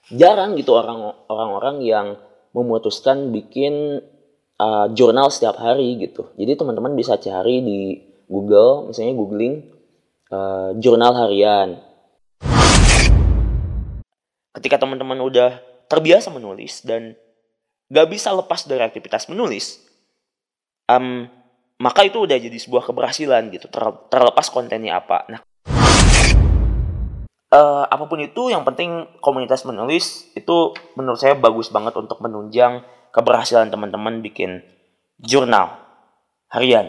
jarang gitu orang-orang yang memutuskan bikin jurnal setiap hari gitu. Jadi teman-teman bisa cari di Google, misalnya googling jurnal harian. Ketika teman-teman udah terbiasa menulis dan gak bisa lepas dari aktivitas menulis, maka itu udah jadi sebuah keberhasilan gitu, terlepas kontennya apa. Nah, apapun itu, yang penting komunitas menulis itu menurut saya bagus banget untuk menunjang keberhasilan teman-teman bikin jurnal harian.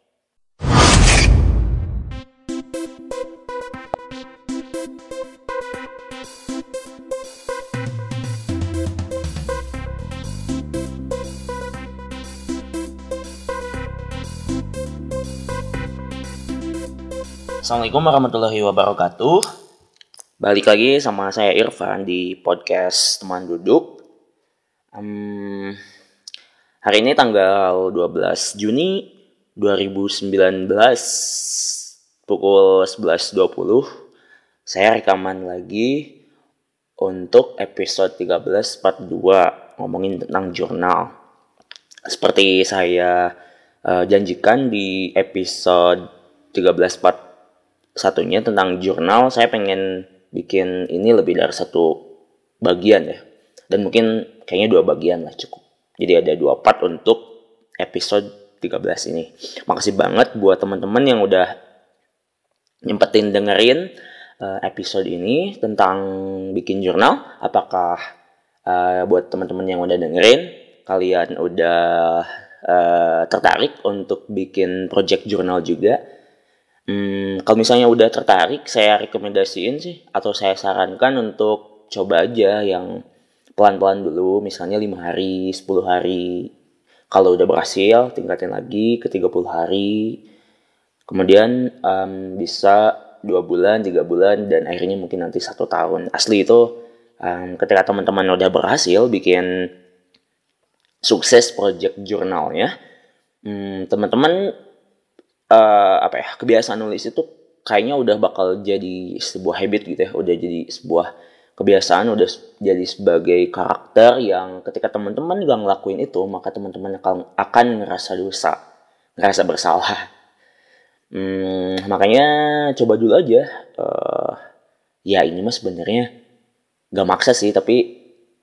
Assalamualaikum warahmatullahi wabarakatuh. Balik lagi sama saya Irfan di podcast Teman Duduk. Hari ini tanggal 12 Juni 2019 pukul 11.20. Saya rekaman lagi untuk episode 13 part 2 ngomongin tentang jurnal. Seperti saya janjikan di episode 13 part satunya tentang jurnal, saya pengen bikin ini lebih dari satu bagian ya. Dan mungkin kayaknya 2 bagian lah cukup. Jadi ada 2 part untuk episode 13 ini. Makasih banget buat teman-teman yang udah nyempetin dengerin episode ini tentang bikin jurnal. Apakah buat teman-teman yang udah dengerin, kalian udah tertarik untuk bikin project jurnal juga? Kalau misalnya udah tertarik, saya rekomendasiin sih atau saya sarankan untuk coba aja yang pelan-pelan dulu, misalnya 5 hari, 10 hari. Kalau udah berhasil, tingkatin lagi ke 30 hari. Kemudian bisa 2 bulan, 3 bulan, dan akhirnya mungkin nanti 1 tahun. Asli itu ketika teman-teman udah berhasil bikin sukses project jurnalnya, teman-teman kebiasaan nulis itu kayaknya udah bakal jadi sebuah habit gitu ya, udah jadi sebuah kebiasaan, udah jadi sebagai karakter yang ketika teman-teman gak ngelakuin itu, maka teman-teman akan ngerasa dosa, ngerasa bersalah. Makanya coba dulu aja. Ya ini mah sebenarnya gak maksa sih, tapi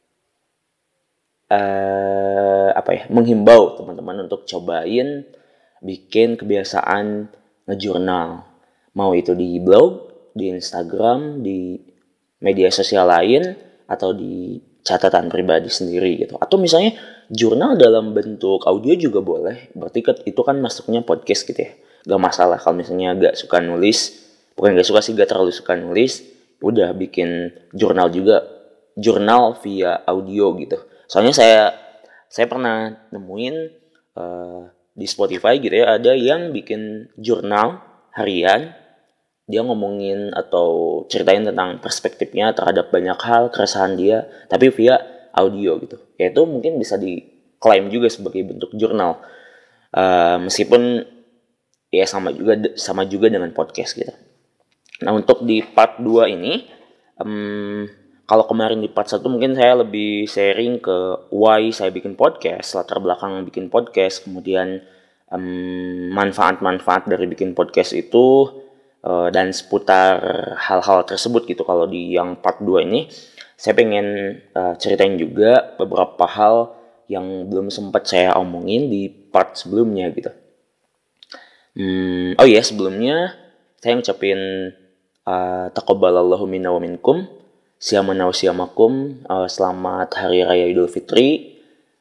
menghimbau teman-teman untuk cobain bikin kebiasaan ngejurnal. Mau itu di blog, di Instagram, di media sosial lain, atau di catatan pribadi sendiri gitu. Atau misalnya jurnal dalam bentuk audio juga boleh. Berarti itu kan masuknya podcast gitu ya. Gak masalah kalau misalnya gak suka nulis. Bukan gak suka sih, gak terlalu suka nulis. Udah bikin jurnal juga. Jurnal via audio gitu. Soalnya saya pernah nemuin di Spotify gitu ya, ada yang bikin jurnal harian, dia ngomongin atau ceritain tentang perspektifnya terhadap banyak hal, keresahan dia, tapi via audio gitu. Ya itu mungkin bisa diklaim juga sebagai bentuk jurnal, meskipun ya sama juga dengan podcast gitu. Nah untuk di part 2 ini, kalau kemarin di part 1 mungkin saya lebih sharing ke why saya bikin podcast, latar belakang bikin podcast, kemudian manfaat-manfaat dari bikin podcast itu, dan seputar hal-hal tersebut gitu. Kalau di yang part 2 ini saya pengen ceritain juga beberapa hal yang belum sempat saya omongin di part sebelumnya gitu. Sebelumnya saya ngucapin taqabbalallahu minna wa minkum, Siyamana wa siyamakum, selamat Hari Raya Idul Fitri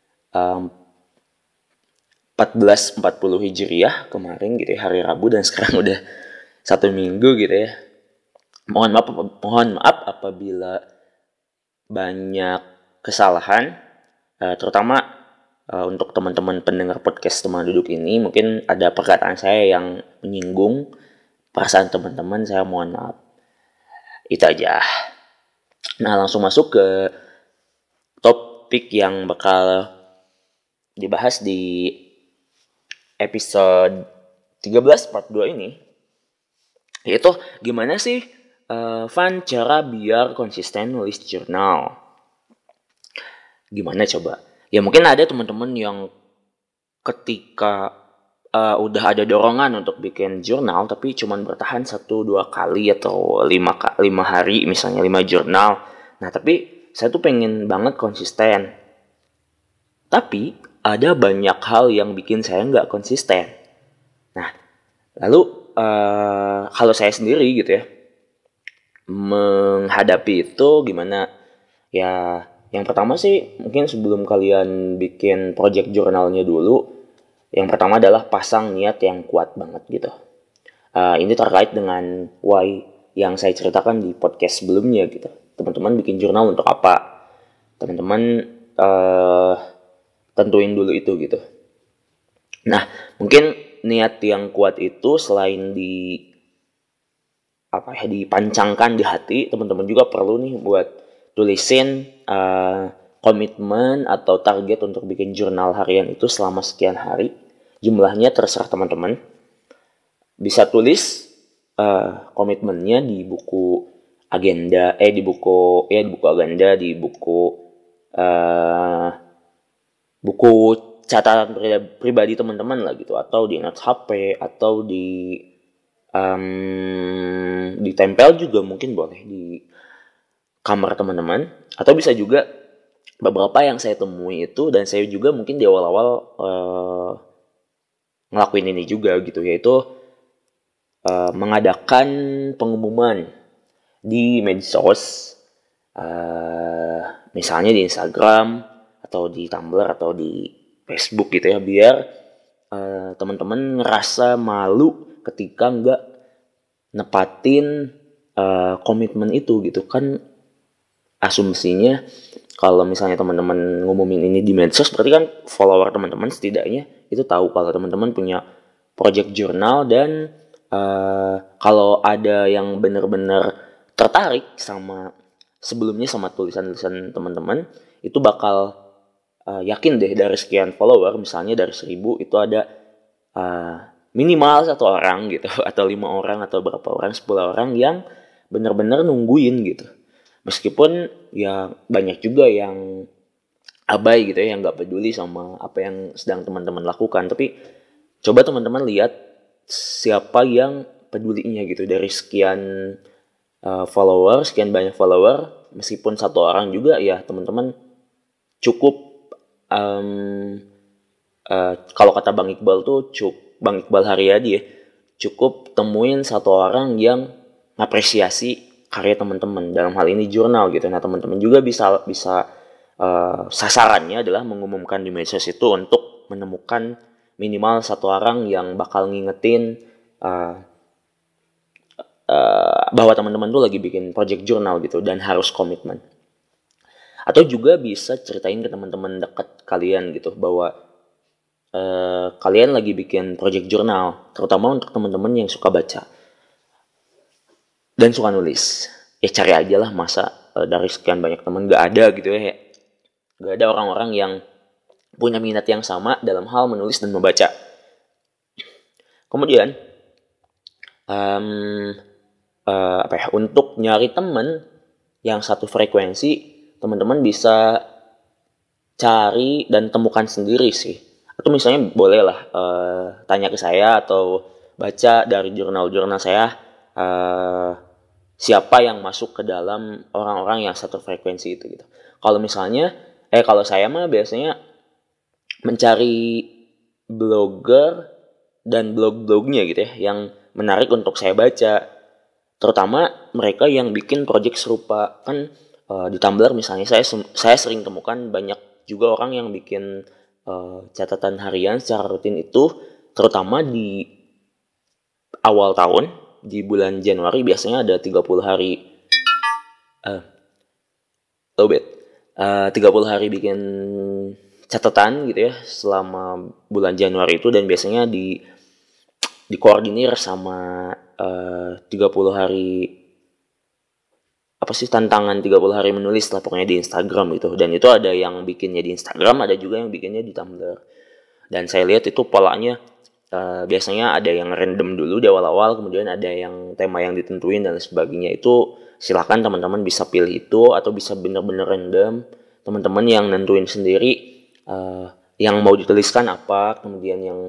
1440 Hijriah kemarin gitu ya, hari Rabu, dan sekarang udah 1 minggu gitu ya. Mohon maaf apabila banyak kesalahan, terutama untuk teman-teman pendengar podcast Teman Duduk ini, mungkin ada perkataan saya yang menyinggung perasaan teman-teman, saya mohon maaf. Itu aja. Nah, langsung masuk ke topik yang bakal dibahas di episode 13 part 2 ini, yaitu gimana sih Van cara biar konsisten nulis jurnal. Gimana coba? Ya mungkin ada teman-teman yang ketika udah ada dorongan untuk bikin jurnal tapi cuman bertahan 1-2 kali atau 5 hari, misalnya 5 jurnal. Nah tapi saya tuh pengen banget konsisten. Tapi ada banyak hal yang bikin saya nggak konsisten. Nah lalu kalau saya sendiri gitu ya menghadapi itu gimana? Ya, yang pertama sih mungkin sebelum kalian bikin project jurnalnya dulu, yang pertama adalah pasang niat yang kuat banget gitu. Ini terkait dengan why yang saya ceritakan di podcast sebelumnya gitu. Teman-teman bikin jurnal untuk apa? Teman-teman uh, tentuin dulu itu gitu. Nah, mungkin niat yang kuat itu selain dipancangkan di hati, teman-teman juga perlu nih buat tulisin komitmen atau target untuk bikin jurnal harian itu selama sekian hari. Jumlahnya terserah teman-teman. Bisa tulis komitmennya di buku agenda, di buku agenda, di buku catatan pribadi teman-teman lah gitu, atau di notes HP, atau ditempel juga mungkin boleh di kamar teman-teman, atau bisa juga beberapa yang saya temui itu, dan saya juga mungkin di awal-awal ngelakuin ini juga gitu, yaitu mengadakan pengumuman di medsos, misalnya di Instagram atau di Tumblr atau di Facebook gitu ya, biar teman-teman ngerasa malu ketika nggak nepatin komitmen itu gitu kan. Asumsinya kalau misalnya teman-teman ngumumin ini di medsos, berarti kan follower teman-teman setidaknya itu tahu kalau teman-teman punya project jurnal, dan kalau ada yang benar-benar tertarik sama sebelumnya sama tulisan-tulisan teman-teman, itu bakal yakin deh dari sekian follower, misalnya dari 1.000 itu ada minimal 1 orang gitu, atau 5 orang, atau berapa orang, 10 orang yang benar-benar nungguin gitu. Meskipun ya banyak juga yang abai gitu ya, yang nggak peduli sama apa yang sedang teman-teman lakukan. Tapi coba teman-teman lihat siapa yang pedulinya gitu. Dari sekian follower, sekian banyak follower, meskipun 1 orang juga ya teman-teman cukup kalau kata Bang Iqbal tuh Bang Iqbal Haryadi ya, cukup temuin 1 orang yang ngapresiasi karya teman-teman, dalam hal ini jurnal gitu. Nah teman-teman juga bisa sasarannya adalah mengumumkan di medsos itu untuk menemukan minimal 1 orang yang bakal ngingetin bahwa teman-teman tuh lagi bikin project jurnal gitu dan harus komitmen. Atau juga bisa ceritain ke teman-teman dekat kalian gitu bahwa kalian lagi bikin project jurnal, terutama untuk teman-teman yang suka baca dan suka nulis. Ya cari aja lah, masa dari sekian banyak teman gak ada gitu ya, gak ada orang-orang yang punya minat yang sama dalam hal menulis dan membaca. Kemudian untuk nyari teman yang satu frekuensi, teman-teman bisa cari dan temukan sendiri sih. Atau misalnya boleh lah tanya ke saya atau baca dari jurnal-jurnal saya, siapa yang masuk ke dalam orang-orang yang satu frekuensi itu gitu. Kalau misalnya kalau saya mah biasanya mencari blogger dan blog-blognya gitu ya, yang menarik untuk saya baca, terutama mereka yang bikin project serupa. Kan di Tumblr misalnya saya sering temukan banyak juga orang yang bikin catatan harian secara rutin itu, terutama di awal tahun. Di bulan Januari biasanya ada 30 hari 30 hari bikin catatan gitu ya selama bulan Januari itu, dan biasanya dikoordinir sama 30 hari tantangan 30 hari menulis lah pokoknya di Instagram gitu. Dan itu ada yang bikinnya di Instagram, ada juga yang bikinnya di Tumblr. Dan saya lihat itu polanya biasanya ada yang random dulu di awal-awal, kemudian ada yang tema yang ditentuin dan sebagainya. Itu silakan teman-teman bisa pilih itu, atau bisa bener-bener random. teman-teman yang nentuin sendiri yang mau dituliskan apa, kemudian yang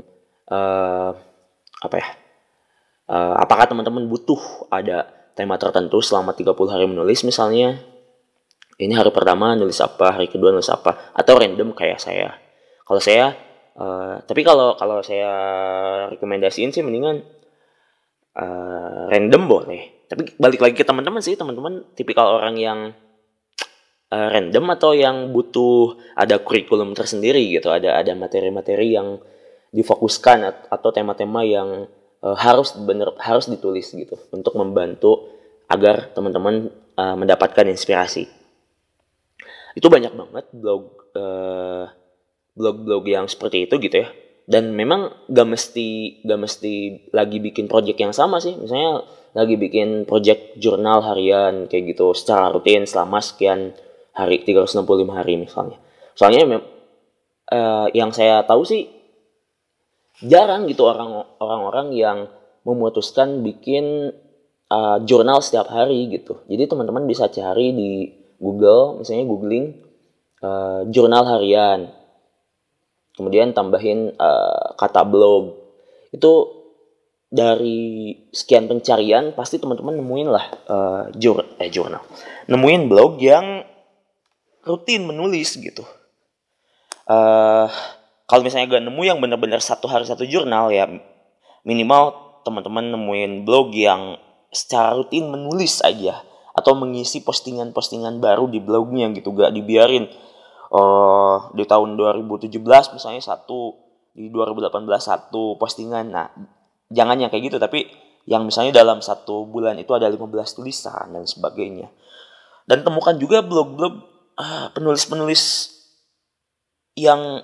apakah teman-teman butuh ada tema tertentu selama 30 hari menulis misalnya. Ini hari pertama nulis apa, hari kedua nulis apa, atau random kayak saya. Kalau saya, tapi kalau saya rekomendasiin sih mendingan random boleh. Tapi balik lagi ke teman-teman sih, teman-teman tipikal orang yang random atau yang butuh ada kurikulum tersendiri gitu, ada materi-materi yang difokuskan atau tema-tema yang harus ditulis gitu untuk membantu agar teman-teman mendapatkan inspirasi. Itu banyak banget blog-blog yang seperti itu gitu ya. Dan memang gak mesti lagi bikin project yang sama sih. Misalnya lagi bikin project jurnal harian kayak gitu secara rutin selama sekian hari, 365 hari misalnya. Soalnya yang saya tahu sih jarang gitu orang-orang yang memutuskan bikin jurnal setiap hari gitu. Jadi teman-teman bisa cari di Google, misalnya googling jurnal harian, kemudian tambahin kata blog. Itu dari sekian pencarian pasti teman-teman nemuin lah jurnal, nemuin blog yang rutin menulis gitu. Kalau misalnya gak nemu yang benar-benar satu hari satu jurnal, ya minimal teman-teman nemuin blog yang secara rutin menulis aja atau mengisi postingan-postingan baru di blognya gitu, gak dibiarin di tahun 2017 misalnya satu, di 2018 satu postingan. Nah, jangan yang kayak gitu, tapi yang misalnya dalam satu bulan itu ada 15 tulisan dan sebagainya. Dan temukan juga blog-blog penulis-penulis yang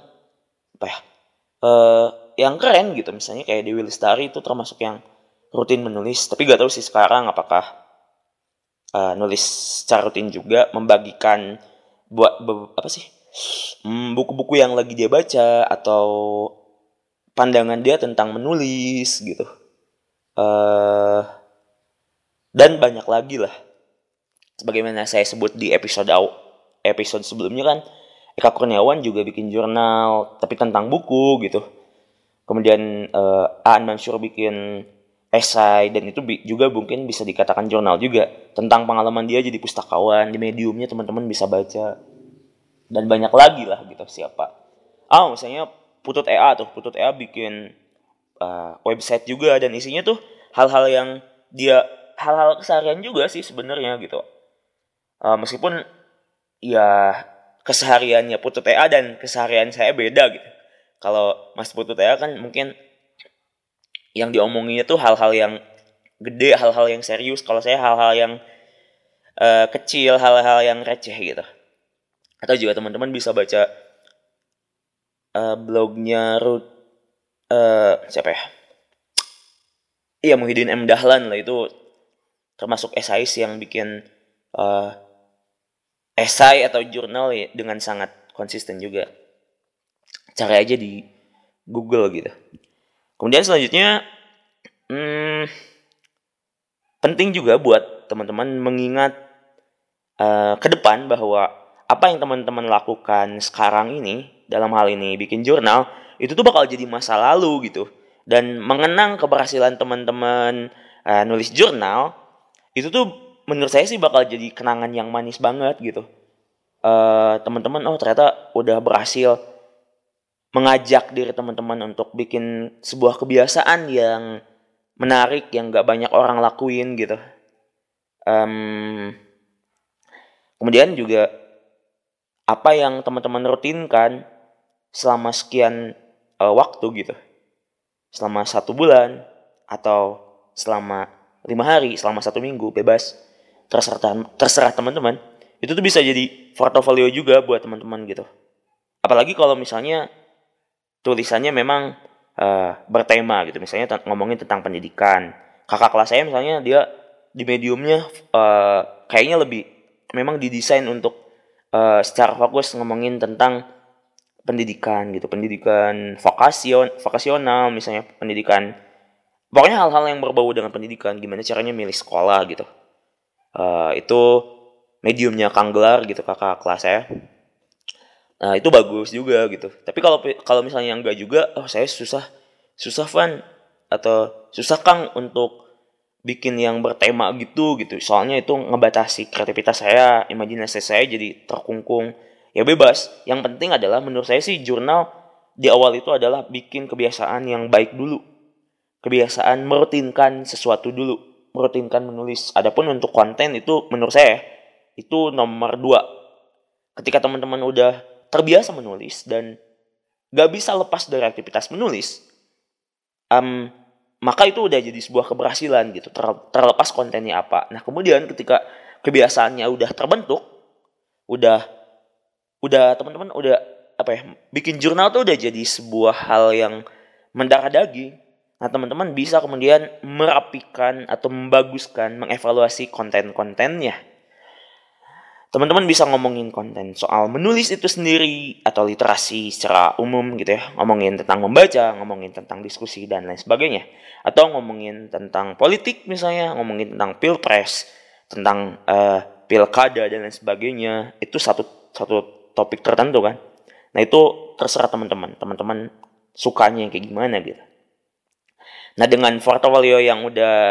yang keren gitu, misalnya kayak Dewi Lestari itu termasuk yang rutin menulis, tapi gak tahu sih sekarang apakah nulis secara rutin juga, membagikan buat buku-buku yang lagi dia baca atau pandangan dia tentang menulis gitu, dan banyak lagi lah. Sebagaimana saya sebut di episode sebelumnya kan, Eka Kurniawan juga bikin jurnal tapi tentang buku gitu. Kemudian Aan Mansur bikin esai, dan itu juga mungkin bisa dikatakan jurnal juga tentang pengalaman dia jadi pustakawan. Di Mediumnya teman-teman bisa baca. Dan banyak lagi lah gitu siapa. Misalnya Putut EA bikin website juga, dan isinya tuh hal-hal keseharian juga sih sebenarnya gitu. Meskipun ya kesehariannya Putut EA dan keseharian saya beda gitu. Kalau Mas Putut EA kan mungkin yang diomonginnya tuh hal-hal yang gede, hal-hal yang serius. Kalau saya hal-hal yang kecil, hal-hal yang receh gitu. Atau juga teman-teman bisa baca blognya siapa ya? Iya, Muhyiddin M. Dahlan lah, itu termasuk esais yang bikin esai atau jurnal ya, dengan sangat konsisten juga. Cari aja di Google gitu. Kemudian selanjutnya penting juga buat teman-teman mengingat ke depan bahwa apa yang teman-teman lakukan sekarang ini, dalam hal ini bikin jurnal, itu tuh bakal jadi masa lalu gitu. Dan mengenang keberhasilan teman-teman nulis jurnal, itu tuh menurut saya sih bakal jadi kenangan yang manis banget gitu. Teman-teman ternyata udah berhasil mengajak diri teman-teman untuk bikin sebuah kebiasaan yang menarik, yang gak banyak orang lakuin gitu. Kemudian juga apa yang teman-teman rutinkan selama sekian waktu gitu, selama 1 bulan atau selama 5 hari, selama 1 minggu, bebas, terserah teman-teman. Itu tuh bisa jadi portofolio juga buat teman-teman gitu. Apalagi kalau misalnya tulisannya memang bertema gitu, misalnya ngomongin tentang pendidikan. Kakak kelas saya misalnya, dia di Mediumnya kayaknya lebih memang didesain untuk secara fokus ngomongin tentang pendidikan gitu, pendidikan vokasional misalnya, pendidikan, pokoknya hal-hal yang berbau dengan pendidikan, gimana caranya milih sekolah gitu. Itu Mediumnya Kang Gelar gitu, kakak kelas saya. Nah, itu bagus juga gitu. Tapi kalau kalau misalnya enggak juga, oh saya susah Van atau susah Kang untuk bikin yang bertema gitu. Soalnya itu ngebatasi kreativitas saya, imajinasi saya jadi terkungkung. Ya bebas. Yang penting adalah menurut saya sih jurnal di awal itu adalah bikin kebiasaan yang baik dulu. Kebiasaan merutinkan sesuatu dulu, merutinkan menulis. Adapun untuk konten itu menurut saya itu nomor 2. Ketika teman-teman udah terbiasa menulis dan gak bisa lepas dari aktivitas menulis, maka itu udah jadi sebuah keberhasilan gitu, terlepas kontennya apa. Nah kemudian ketika kebiasaannya udah terbentuk, udah teman-teman udah bikin jurnal tuh udah jadi sebuah hal yang mendarah daging. Nah teman-teman bisa kemudian merapikan atau membaguskan, mengevaluasi konten-kontennya. Teman-teman bisa ngomongin konten soal menulis itu sendiri atau literasi secara umum gitu ya. Ngomongin tentang membaca, ngomongin tentang diskusi dan lain sebagainya. Atau ngomongin tentang politik misalnya, ngomongin tentang pilpres, tentang pilkada dan lain sebagainya. Itu satu topik tertentu kan. Nah itu terserah teman-teman. Teman-teman sukanya yang kayak gimana gitu. Nah dengan portofolio yang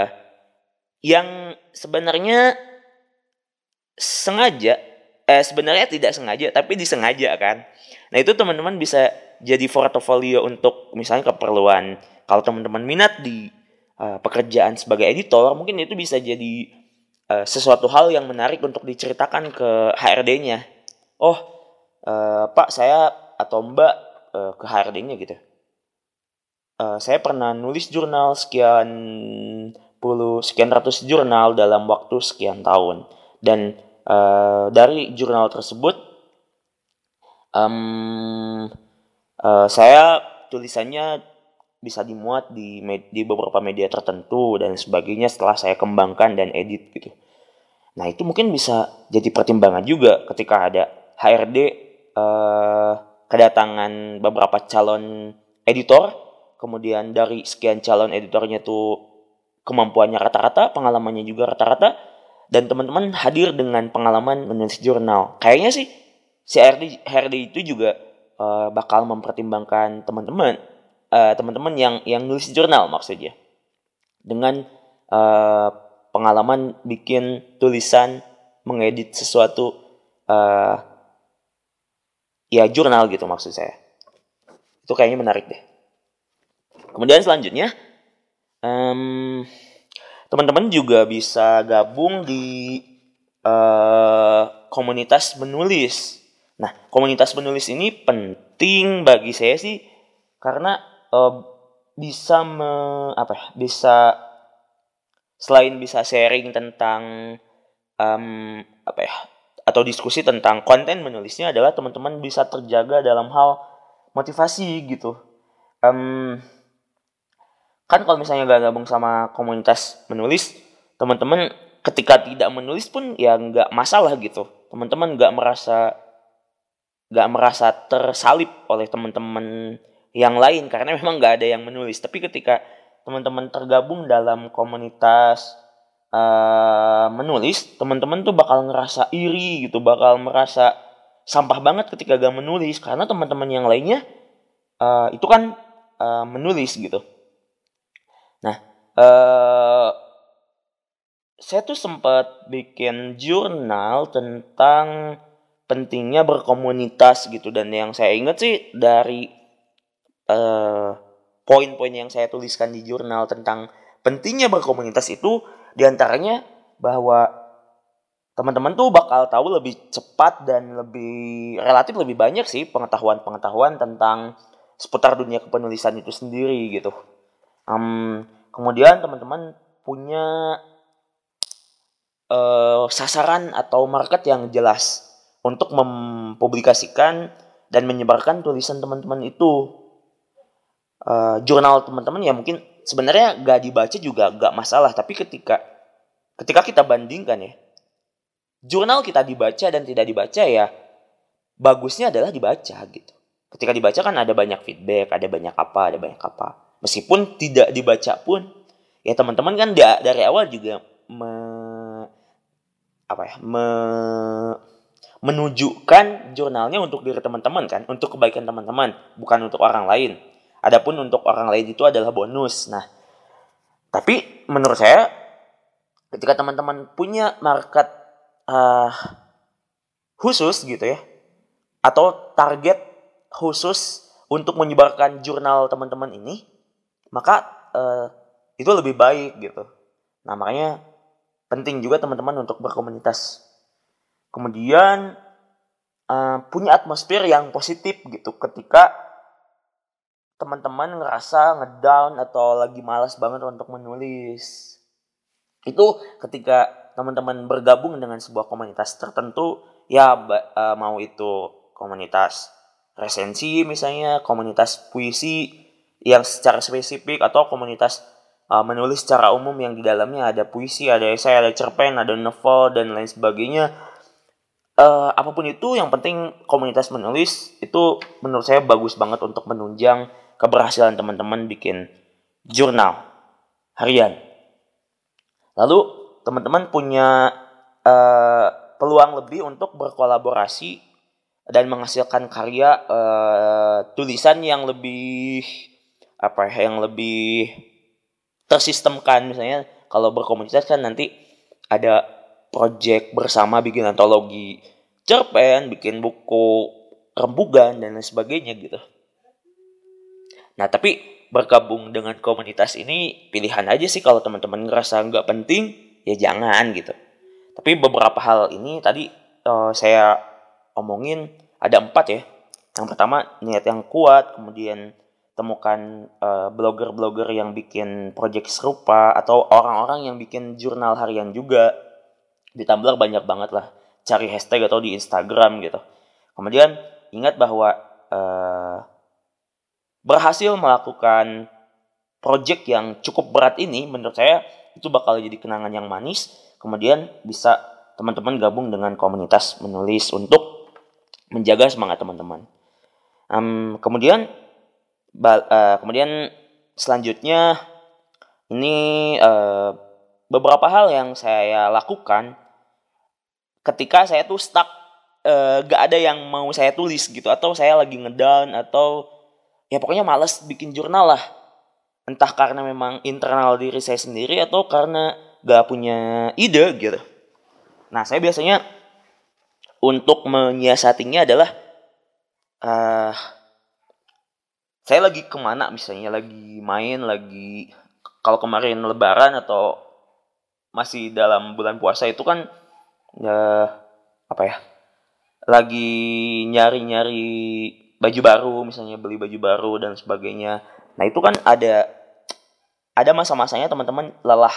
sebenarnya sengaja, sebenarnya tidak sengaja tapi disengaja kan. Nah itu teman-teman bisa jadi portofolio untuk misalnya keperluan kalau teman-teman minat di pekerjaan sebagai editor, mungkin itu bisa jadi sesuatu hal yang menarik untuk diceritakan ke HRD-nya. Oh Pak saya atau Mbak ke HRD-nya gitu. Saya pernah nulis jurnal sekian ratus jurnal dalam waktu sekian tahun. Dan dari jurnal tersebut saya tulisannya bisa dimuat di beberapa media tertentu dan sebagainya setelah saya kembangkan dan edit gitu. Nah itu mungkin bisa jadi pertimbangan juga ketika ada HRD kedatangan beberapa calon editor, kemudian dari sekian calon editornya tuh kemampuannya rata-rata, pengalamannya juga rata-rata, dan teman-teman hadir dengan pengalaman menulis jurnal. Kayaknya sih si HRD itu juga bakal mempertimbangkan teman-teman yang nulis jurnal maksudnya. Dengan pengalaman bikin tulisan, mengedit sesuatu ya jurnal gitu maksud saya. Itu kayaknya menarik deh. Kemudian selanjutnya teman-teman juga bisa gabung di komunitas menulis. Nah, komunitas menulis ini penting bagi saya sih karena bisa selain bisa sharing tentang atau diskusi tentang konten menulisnya adalah teman-teman bisa terjaga dalam hal motivasi gitu. Kan kalau misalnya gak gabung sama komunitas menulis, teman-teman ketika tidak menulis pun ya gak masalah gitu. Teman-teman gak merasa tersalib oleh teman-teman yang lain karena memang gak ada yang menulis. Tapi ketika teman-teman tergabung dalam komunitas menulis, teman-teman tuh bakal ngerasa iri gitu, bakal merasa sampah banget ketika gak menulis karena teman-teman yang lainnya itu kan menulis gitu. Nah, saya tuh sempat bikin jurnal tentang pentingnya berkomunitas gitu, dan yang saya ingat sih dari poin-poin yang saya tuliskan di jurnal tentang pentingnya berkomunitas itu diantaranya bahwa teman-teman tuh bakal tahu lebih cepat dan relatif lebih banyak sih pengetahuan tentang seputar dunia kepenulisan itu sendiri gitu. Kemudian teman-teman punya sasaran atau market yang jelas untuk mempublikasikan dan menyebarkan tulisan teman-teman itu. Jurnal teman-teman ya mungkin sebenarnya gak dibaca juga gak masalah, tapi ketika kita bandingkan ya, jurnal kita dibaca dan tidak dibaca ya bagusnya adalah dibaca gitu. Ketika dibaca kan ada banyak feedback, ada banyak apa. Meskipun tidak dibaca pun, ya teman-teman kan menunjukkan jurnalnya untuk diri teman-teman kan, untuk kebaikan teman-teman, bukan untuk orang lain. Adapun untuk orang lain itu adalah bonus. Nah, tapi menurut saya ketika teman-teman punya market khusus gitu ya, atau target khusus untuk menyebarkan jurnal teman-teman ini, maka itu lebih baik gitu. Nah, makanya penting juga teman-teman untuk berkomunitas. Kemudian punya atmosfer yang positif gitu ketika teman-teman ngerasa ngedown atau lagi malas banget untuk menulis. Itu ketika teman-teman bergabung dengan sebuah komunitas tertentu, ya mau itu komunitas resensi misalnya, komunitas puisi yang secara spesifik, atau komunitas menulis secara umum yang di dalamnya ada puisi, ada esai, ada cerpen, ada novel, dan lain sebagainya. Apapun itu, yang penting komunitas menulis itu menurut saya bagus banget untuk menunjang keberhasilan teman-teman bikin jurnal harian. Lalu teman-teman punya peluang lebih untuk berkolaborasi dan menghasilkan karya tulisan yang lebih yang lebih tersistemkan. Misalnya kalau berkomunitas kan nanti ada project bersama, bikin antologi cerpen, bikin buku rembugan dan lain sebagainya gitu. Nah, tapi bergabung dengan komunitas ini pilihan aja sih. Kalau teman-teman ngerasa nggak penting, ya jangan gitu. Tapi beberapa hal ini tadi saya omongin ada 4 ya. Yang pertama, niat yang kuat. Kemudian temukan blogger-blogger yang bikin project serupa, atau orang-orang yang bikin jurnal harian juga. Di Tumblr banyak banget lah. Cari hashtag atau di Instagram gitu. Kemudian ingat bahwa berhasil melakukan project yang cukup berat ini, menurut saya itu bakal jadi kenangan yang manis. Kemudian bisa teman-teman gabung dengan komunitas menulis untuk menjaga semangat teman-teman. Kemudian selanjutnya ini beberapa hal yang saya lakukan ketika saya tuh stuck, gak ada yang mau saya tulis gitu, atau saya lagi ngedown, atau ya pokoknya malas bikin jurnal lah. Entah karena memang internal diri saya sendiri, atau karena gak punya ide gitu. Nah, saya biasanya untuk menyiasatinya adalah saya lagi kemana, misalnya lagi main, lagi kalau kemarin lebaran atau masih dalam bulan puasa itu kan lagi nyari-nyari baju baru, misalnya beli baju baru dan sebagainya. Nah, itu kan ada masa-masanya teman-teman lelah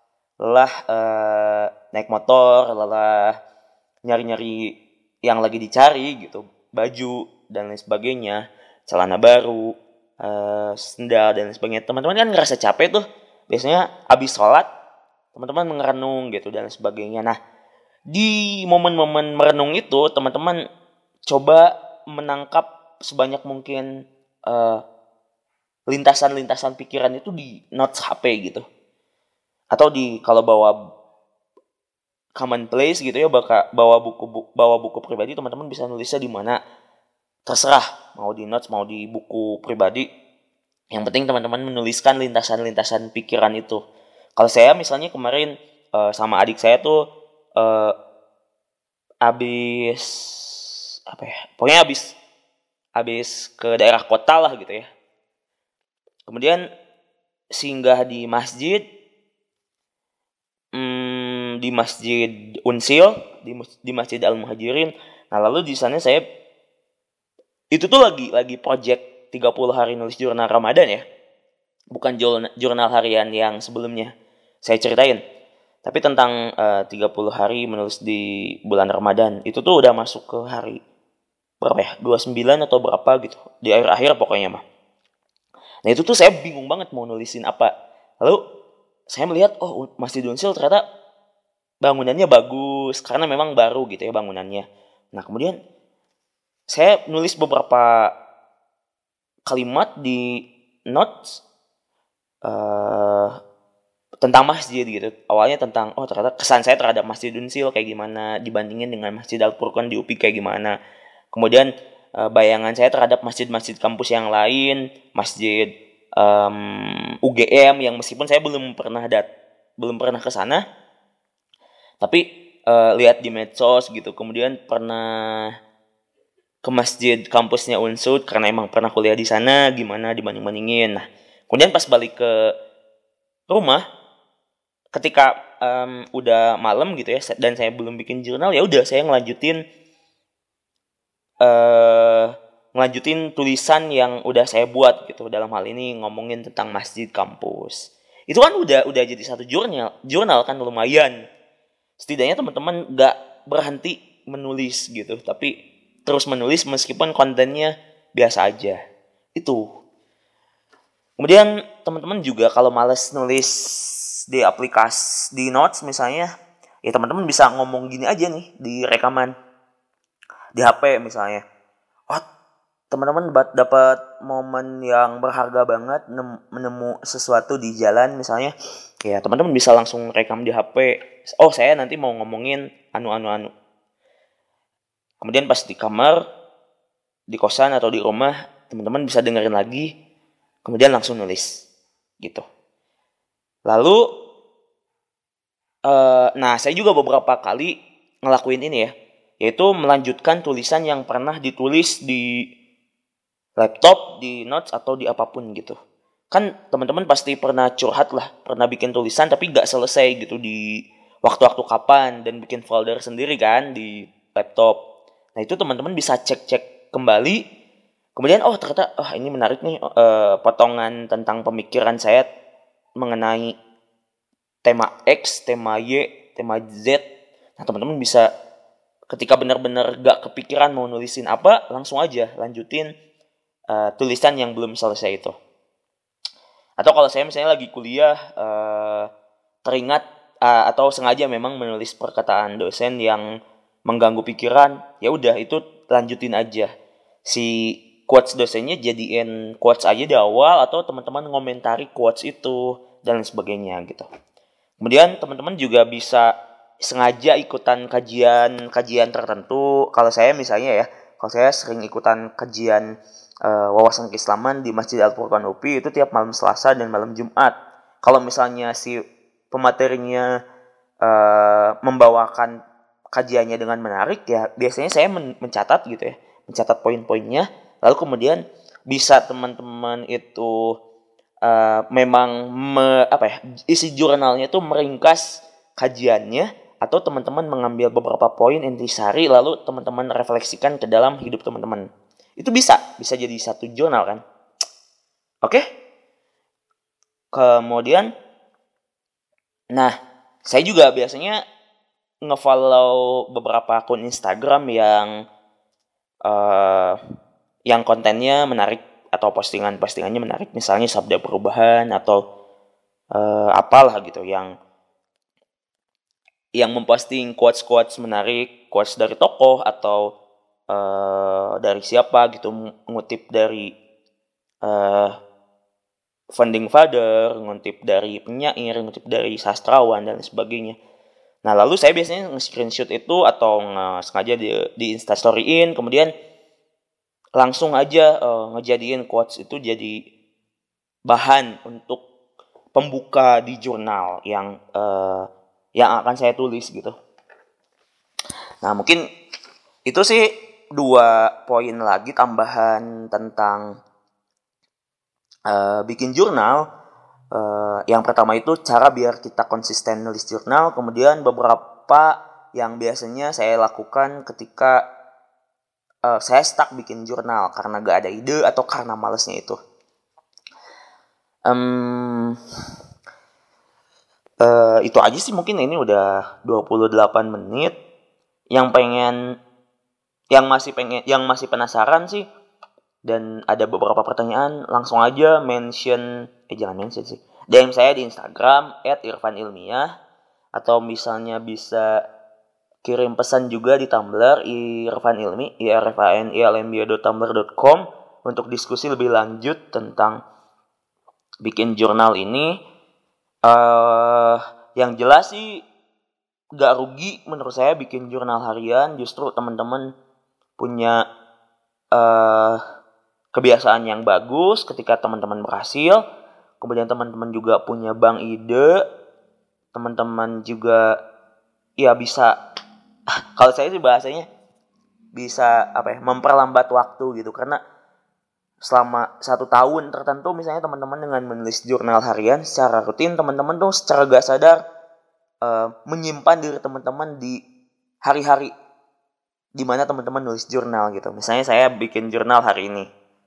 naik motor, lelah nyari-nyari yang lagi dicari gitu, baju dan lain sebagainya, celana baru, sendal dan lain sebagainya. Teman-teman kan ngerasa capek tuh biasanya habis sholat, teman-teman merenung gitu dan lain sebagainya. Nah, di momen-momen merenung itu teman-teman coba menangkap sebanyak mungkin lintasan-lintasan pikiran itu di notes HP gitu, atau kalau bawa commonplace gitu ya, bawa buku pribadi, teman-teman bisa nulisnya di mana terserah, mau di notes mau di buku pribadi. Yang penting teman-teman menuliskan lintasan-lintasan pikiran itu. Kalau saya misalnya kemarin sama adik saya tuh pokoknya habis ke daerah kota lah gitu ya. Kemudian singgah di masjid, di Masjid Unsil, di Masjid Al-Muhajirin. Nah, lalu di sana saya itu tuh lagi project 30 hari nulis jurnal Ramadan ya. Bukan jurnal harian yang sebelumnya saya ceritain. Tapi tentang 30 hari menulis di bulan Ramadan. Itu tuh udah masuk ke hari berapa ya? 29 atau berapa gitu. Di akhir-akhir pokoknya mah. Nah, itu tuh saya bingung banget mau nulisin apa. Lalu saya melihat, Masjid Unsil ternyata bangunannya bagus, karena memang baru gitu ya bangunannya. Nah, kemudian saya nulis beberapa kalimat di notes, tentang masjid gitu. Awalnya tentang ternyata kesan saya terhadap Masjid Unsil kayak gimana dibandingin dengan Masjid Al Furqan di UPI kayak gimana. Kemudian bayangan saya terhadap masjid-masjid kampus yang lain, masjid UGM yang meskipun saya belum pernah ke sana, tapi lihat di medsos gitu. Kemudian pernah ke masjid kampusnya Unsud karena emang pernah kuliah di sana, gimana dibanding-bandingin. Nah, kemudian pas balik ke rumah, ketika udah malam gitu ya, dan saya belum bikin jurnal, ya udah saya ngelanjutin tulisan yang udah saya buat gitu. Dalam hal ini ngomongin tentang masjid kampus. Itu kan udah jadi satu jurnal kan, lumayan. Setidaknya teman-teman nggak berhenti menulis gitu, tapi terus menulis meskipun kontennya biasa aja. Itu. Kemudian teman-teman juga kalau males nulis di aplikasi di notes misalnya, ya teman-teman bisa ngomong gini aja nih di rekaman di HP misalnya. Teman-teman dapat momen yang berharga banget, menemu sesuatu di jalan misalnya, ya teman-teman bisa langsung rekam di HP. Saya nanti mau ngomongin anu. Kemudian pas di kamar, di kosan atau di rumah, teman-teman bisa dengerin lagi, kemudian langsung nulis gitu. Lalu saya juga beberapa kali ngelakuin ini ya, yaitu melanjutkan tulisan yang pernah ditulis di laptop, di notes, atau di apapun gitu. Kan teman-teman pasti pernah curhat lah, pernah bikin tulisan tapi gak selesai gitu di waktu-waktu kapan, dan bikin folder sendiri kan di laptop. Nah itu teman-teman bisa cek kembali, kemudian ternyata ini menarik nih, potongan tentang pemikiran saya mengenai tema X, tema Y, tema Z. Nah teman-teman bisa ketika benar-benar gak kepikiran mau nulisin apa, langsung aja lanjutin tulisan yang belum selesai itu. Atau kalau saya misalnya lagi kuliah, teringat atau sengaja memang menulis perkataan dosen yang mengganggu pikiran, ya udah itu lanjutin aja. Si quotes dosennya jadiin quotes aja di awal, atau teman-teman ngomentari quotes itu dan lain sebagainya gitu. Kemudian teman-teman juga bisa sengaja ikutan kajian tertentu. Kalau saya misalnya ya, kalau saya sering ikutan kajian wawasan keislaman di Masjid Al Furqan UPI itu tiap malam Selasa dan malam Jumat. Kalau misalnya si pematerinya membawakan kajiannya dengan menarik, ya biasanya saya mencatat gitu ya, mencatat poin-poinnya. Lalu kemudian bisa teman-teman itu memang isi jurnalnya itu meringkas kajiannya, atau teman-teman mengambil beberapa poin intisari lalu teman-teman refleksikan ke dalam hidup teman-teman. Itu bisa jadi satu jurnal kan. Oke? Kemudian saya juga biasanya nge-follow beberapa akun Instagram yang kontennya menarik atau postingannya menarik, misalnya Sabda Perubahan atau apalah gitu yang memposting quotes menarik, quotes dari tokoh atau dari siapa gitu, ngutip dari founding father, ngutip dari penyair, ngutip dari sastrawan dan sebagainya. Nah lalu saya biasanya nge-screenshot itu atau sengaja di instastoryin, kemudian langsung aja ngejadiin quotes itu jadi bahan untuk pembuka di jurnal yang akan saya tulis gitu. Nah mungkin itu sih 2 poin lagi tambahan tentang bikin jurnal. Yang pertama itu cara biar kita konsisten nulis jurnal. Kemudian beberapa yang biasanya saya lakukan ketika saya stuck bikin jurnal karena gak ada ide atau karena malesnya itu. Itu aja sih, mungkin ini udah 28 menit. Yang masih penasaran sih dan ada beberapa pertanyaan, langsung aja jangan mention sih, DM saya di Instagram @irfanilmiah, atau misalnya bisa kirim pesan juga di Tumblr irfanilmi irfanilmi.tumblr.com untuk diskusi lebih lanjut tentang bikin jurnal ini. Yang jelas sih gak rugi menurut saya bikin jurnal harian. Justru teman-teman punya kebiasaan yang bagus ketika teman-teman berhasil. Kemudian teman-teman juga punya bank ide. Teman-teman juga ya bisa, kalau saya sih bahasanya bisa memperlambat waktu gitu. Karena selama 1 tahun tertentu misalnya teman-teman dengan menulis jurnal harian secara rutin, teman-teman tuh secara gak sadar menyimpan diri teman-teman di hari-hari di mana teman-teman nulis jurnal gitu. Misalnya saya bikin jurnal hari ini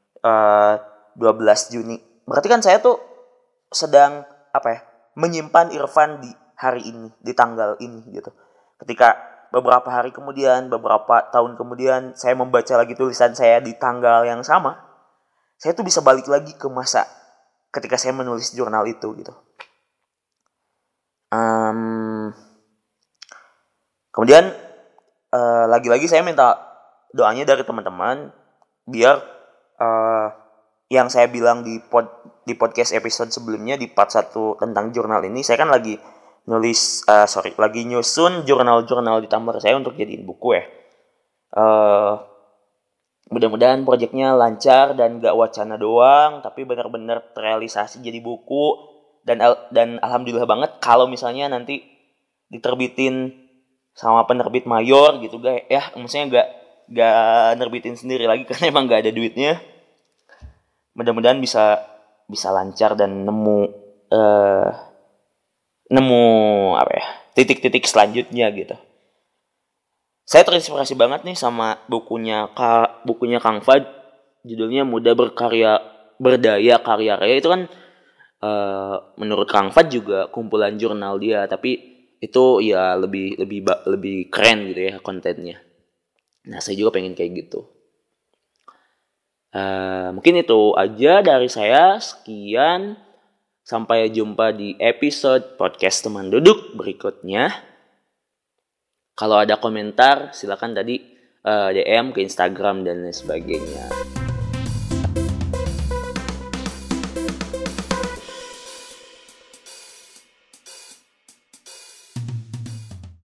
12 Juni. Berarti kan saya tuh sedang menyimpan Irfan di hari ini, di tanggal ini gitu. Ketika beberapa hari kemudian, beberapa tahun kemudian saya membaca lagi tulisan saya di tanggal yang sama, saya tuh bisa balik lagi ke masa ketika saya menulis jurnal itu gitu. Kemudian lagi-lagi saya minta doanya dari teman-teman biar yang saya bilang di podcast episode sebelumnya di part 1 tentang jurnal ini, saya kan lagi nyusun jurnal-jurnal di Tumblr saya untuk jadiin buku ya. Mudah-mudahan proyeknya lancar dan gak wacana doang, tapi benar-benar terrealisasi jadi buku. Dan alhamdulillah banget kalau misalnya nanti diterbitin sama penerbit mayor gitu guys ya, maksudnya gak nerbitin sendiri lagi karena emang gak ada duitnya. Mudah-mudahan bisa lancar dan nemu titik-titik selanjutnya gitu. Saya terinspirasi banget nih sama bukunya Kang Fad, judulnya Muda Berkarya Berdaya Karya Raya. Itu kan menurut Kang Fad juga kumpulan jurnal dia, tapi itu ya lebih keren gitu ya kontennya. Nah, saya juga pengen kayak gitu. Mungkin itu aja dari saya. Sekian, sampai jumpa di episode podcast Teman Duduk berikutnya. Kalau ada komentar silakan tadi DM ke Instagram dan lain sebagainya.